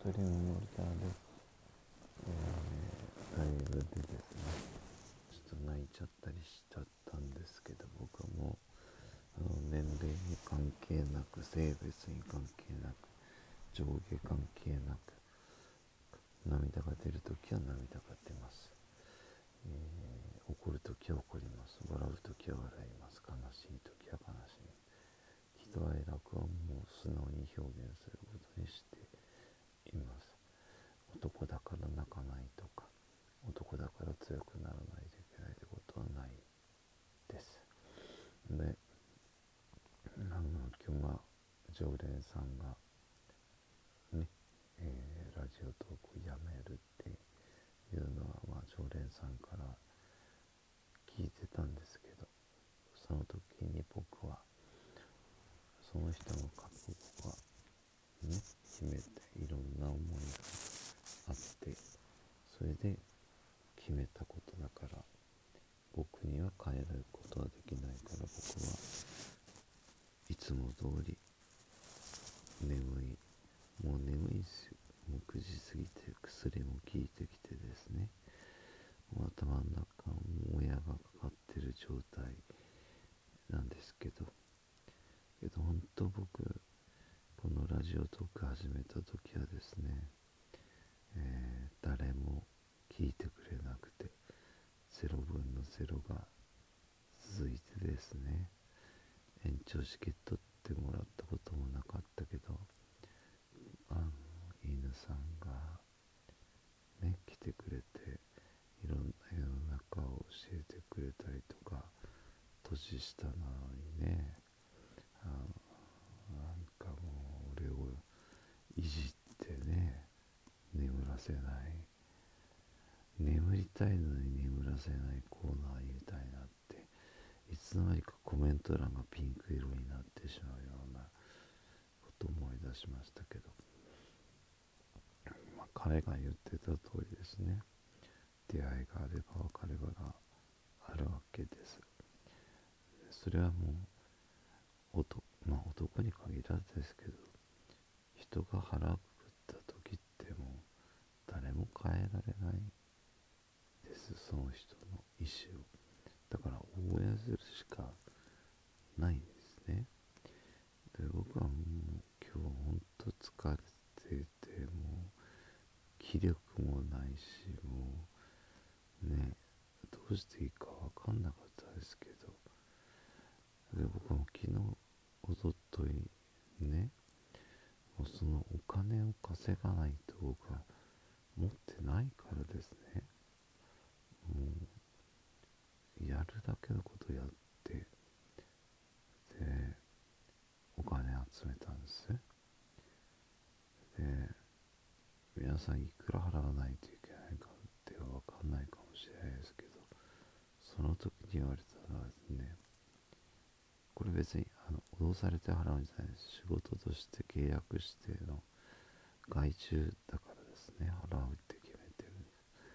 クリームモルターです。ライブでですね、ちょっと泣いちゃったりしちゃったんですけど、僕はもう年齢に関係なく、性別に関係なく、上下関係なく、涙が出るときは涙が出ます。怒るときは怒ります。笑うときは笑います。悲しいときは悲しみ。喜怒哀楽はもう素直に表現することにしています。男だから泣かないとか、男だから強くならないといけないってことはないです。で、今日は常連さんがね、ラジオトークをやめるっていうのは、常連さんから聞いてたんですけど、その時に僕はその人の覚悟がね、決めていろんな思いがあって、それで決めたことだから、僕には変えることはできないから、僕はいつも通りもう眠いですよ。もう9時過ぎて薬も効いてきてですね、もう頭の中も親がかかってる状態なんですけど本当僕このラジオトーク始めた時はですね、誰も聞いてくれなくて0分の0が続いてですね、延長チケットってもらったこともなかったけど、犬さんがね来てくれて、いろんな世の中を教えてくれたりとか、年下なのにね、なんかもう俺をいじってね、眠らせない、眠りたいのに眠らせないコーナーみたいになって、いつの間にかコメント欄がピンク色になってしまうようなことを思い出しましたけど、彼が言ってた通りですね、出会いがあれば別れがあるわけです。それはもう男に限らずですけど、人が腹くくった時ってもう誰も変えられないです、その人の意思を。だから応援するしかないんですね。で、僕はもう今日ほんと疲れてて、もう気力もないし、もうね、どうしていいか分かんなかったですけど、で僕も昨日おとといね、もうそのお金を稼がないと僕は持ってないからですね、もうやるだけのことやって、でお金集めたんです。で、皆さんいくら払わないといけないかって分かんないかもしれないですけど、その時に言われたのはですね、これ別に脅されて払うんじゃないです。仕事として契約しての外注だからですね、払うって決めてるんです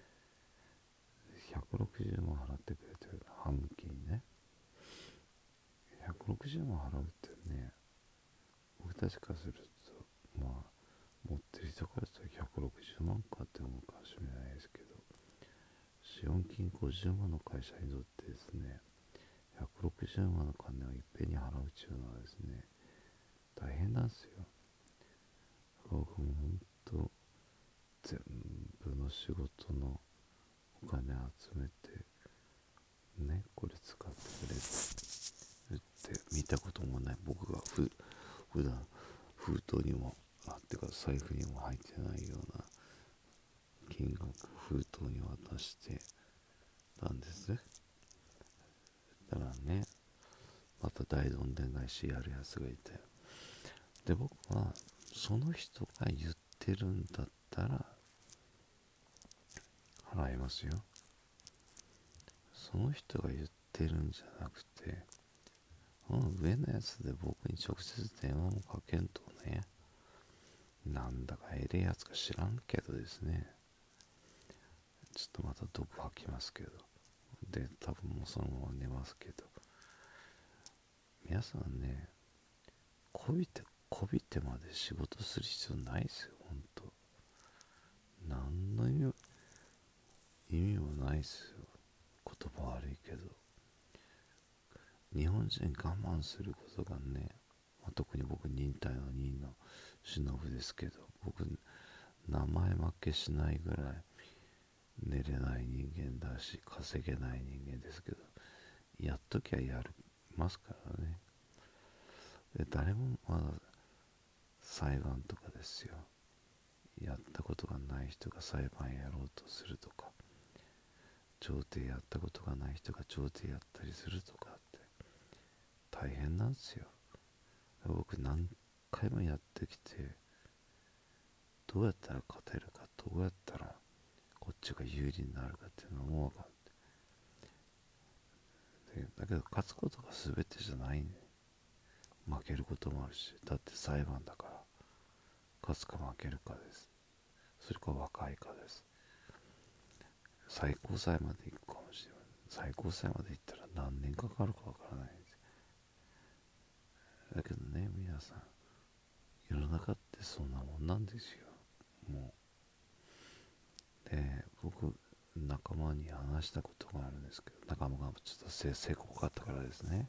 。160万払ってくれてる、半期にね。160万払うってね、僕たちからすると、持ってる人からすると160万かって思うかもしれないですけど、資本金50万の会社にとってですね、160万の金をいっぺんに払うっていうのはですね、大変なんですよ。僕も本当全部の仕事のお金集めてね、これ使ってくれって見たこともない僕が普段封筒にもてか財布にも入ってないような金額封筒に渡してたんです。だからね、また大どんでん返しやるやつがいて、で僕はその人が言ってるんだったら払いますよ。その人が言ってるんじゃなくて、上のやつで僕に直接電話もかけんとね、なんだかえれえやつか知らんけどですね、ちょっとまた毒吐きますけど、で多分もうそのまま寝ますけど、皆さんね、こびてまで仕事する必要ないですよ、ほんと。 何の意味もないですよ。言葉悪いけど、日本人我慢することがね、特に僕忍耐の忍の忍ですけど、僕名前負けしないぐらい寝れない人間だし稼げない人間ですけど、やっときゃやりますからね。で誰もまだ裁判とかですよ、やったことがない人が裁判やろうとするとか、調停やったことがない人が調停やったりするとかって大変なんですよ。僕何回もやってきて、どうやったら勝てるか、どうやったらこっちが有利になるかっていうのも分かって、だけど勝つことが全てじゃないね。負けることもあるし、だって裁判だから、勝つか負けるかです。それか若いかです。最高裁まで行くかもしれない。最高裁まで行ったら何年かかるかわからないです。だけどね、皆さん、世の中ってそんなもんなんですよ。もう。で、僕、仲間に話したことがあるんですけど、仲間がちょっとせこかったからですね。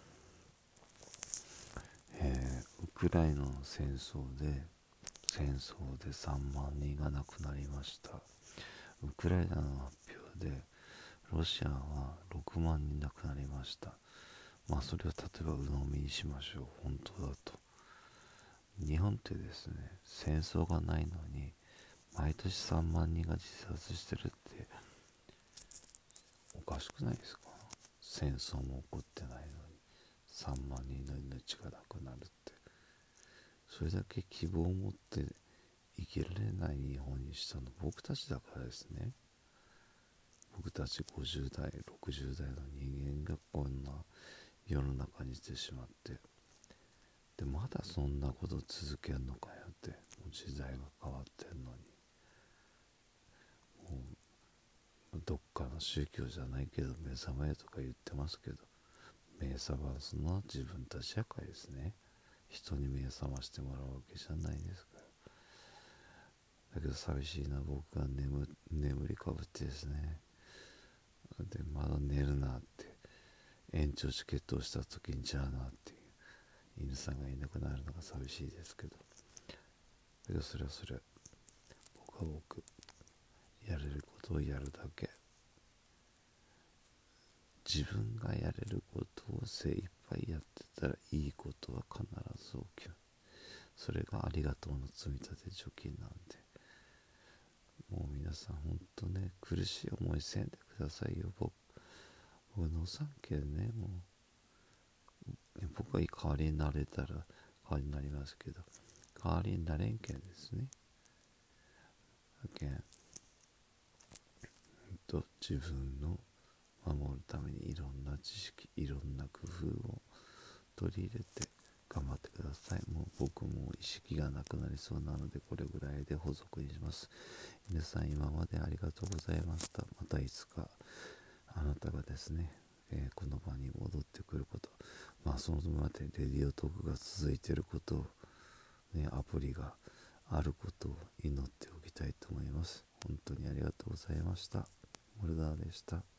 ウクライナの戦争で3万人が亡くなりました。ウクライナの発表でロシアは6万人亡くなりました。それを例えば鵜呑みにしましょう。本当だと。日本ってですね、戦争がないのに毎年3万人が自殺してるっておかしくないですか？戦争も起こってないのに3万人の命がなくなるって、それだけ希望を持って生きられない日本にしたの僕たちだからですね。僕たち50代60代の人間がこんな世の中にしてしまって、でまだそんなこと続けんのかよって。もう時代が変わってんのに、もうどっかの宗教じゃないけど目覚めとか言ってますけど、目覚ますのは自分たち社会ですね。人に目覚ましてもらうわけじゃないですから。だけど寂しいな、僕が眠りかぶってですね、でまだ寝るなって延長チケットをした時にじゃあなっていう犬さんがいなくなるのが寂しいですけど、だけどそれはそれ、僕は僕、やれることをやるだけ、自分がやれることを精一杯やってたらいいことは必ず起きる。それがありがとうの積み立て貯金なんで、もう皆さん本当ね、苦しい思いせんでくださいよ。僕の産経でね、もう僕が代わりになれたら代わりになりますけど、代わりになれんけんですね。けん自分の守るためにいろんな知識、いろんな工夫を取り入れて頑張ってください。もう僕も意識がなくなりそうなので、これぐらいで補足にします。皆さん今までありがとうございました。またいつかあなたがですね、この場に戻ってくること、そのまでレディオトークが続いていることを、アプリがあることを祈っておきたいと思います。本当にありがとうございました。モルダーでした。